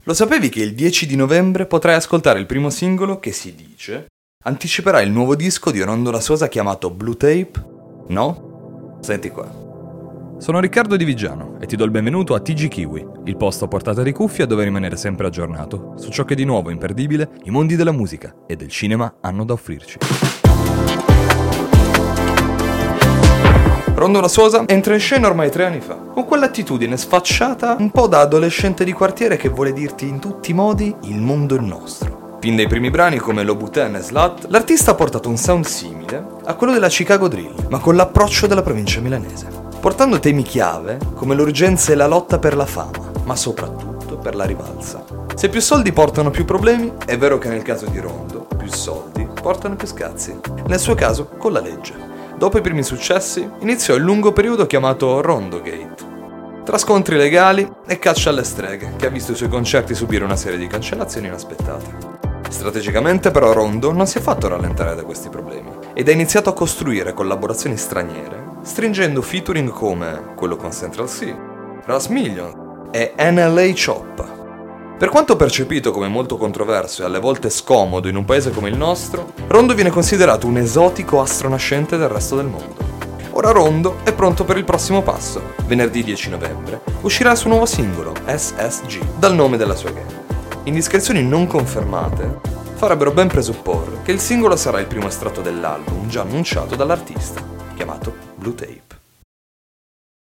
Lo sapevi che il 10 di novembre potrai ascoltare il primo singolo che si dice anticiperà il nuovo disco di Rondo La Sosa chiamato Blue Tape? No? Senti qua. Sono Riccardo Di Vigiano e ti do il benvenuto a TG Kiwi, il posto a portata di cuffia dove rimanere sempre aggiornato su ciò che di nuovo e imperdibile i mondi della musica e del cinema hanno da offrirci. Rondo La Sosa entra in scena ormai 3 anni fa, con quell'attitudine sfacciata un po' da adolescente di quartiere che vuole dirti in tutti i modi il mondo è nostro. Fin dai primi brani come Louboutin e Slut, l'artista ha portato un sound simile a quello della Chicago Drill, ma con l'approccio della provincia milanese, portando temi chiave come l'urgenza e la lotta per la fama, ma soprattutto per la rivalsa. Se più soldi portano più problemi, è vero che nel caso di Rondo, più soldi portano più scazzi. Nel suo caso, con la legge. Dopo i primi successi, iniziò il lungo periodo chiamato Rondogate, tra scontri legali e caccia alle streghe, che ha visto i suoi concerti subire una serie di cancellazioni inaspettate. Strategicamente però Rondo non si è fatto rallentare da questi problemi ed ha iniziato a costruire collaborazioni straniere, stringendo featuring come quello con Central C, Russ Million e NLA Choppa. Per quanto percepito come molto controverso e alle volte scomodo in un paese come il nostro, Rondo viene considerato un esotico astronascente del resto del mondo. Ora Rondo è pronto per il prossimo passo. Venerdì 10 novembre uscirà il suo nuovo singolo, SSG, dal nome della sua gang. Indiscrezioni non confermate farebbero ben presupporre che il singolo sarà il primo estratto dell'album già annunciato dall'artista, chiamato Blue Tape.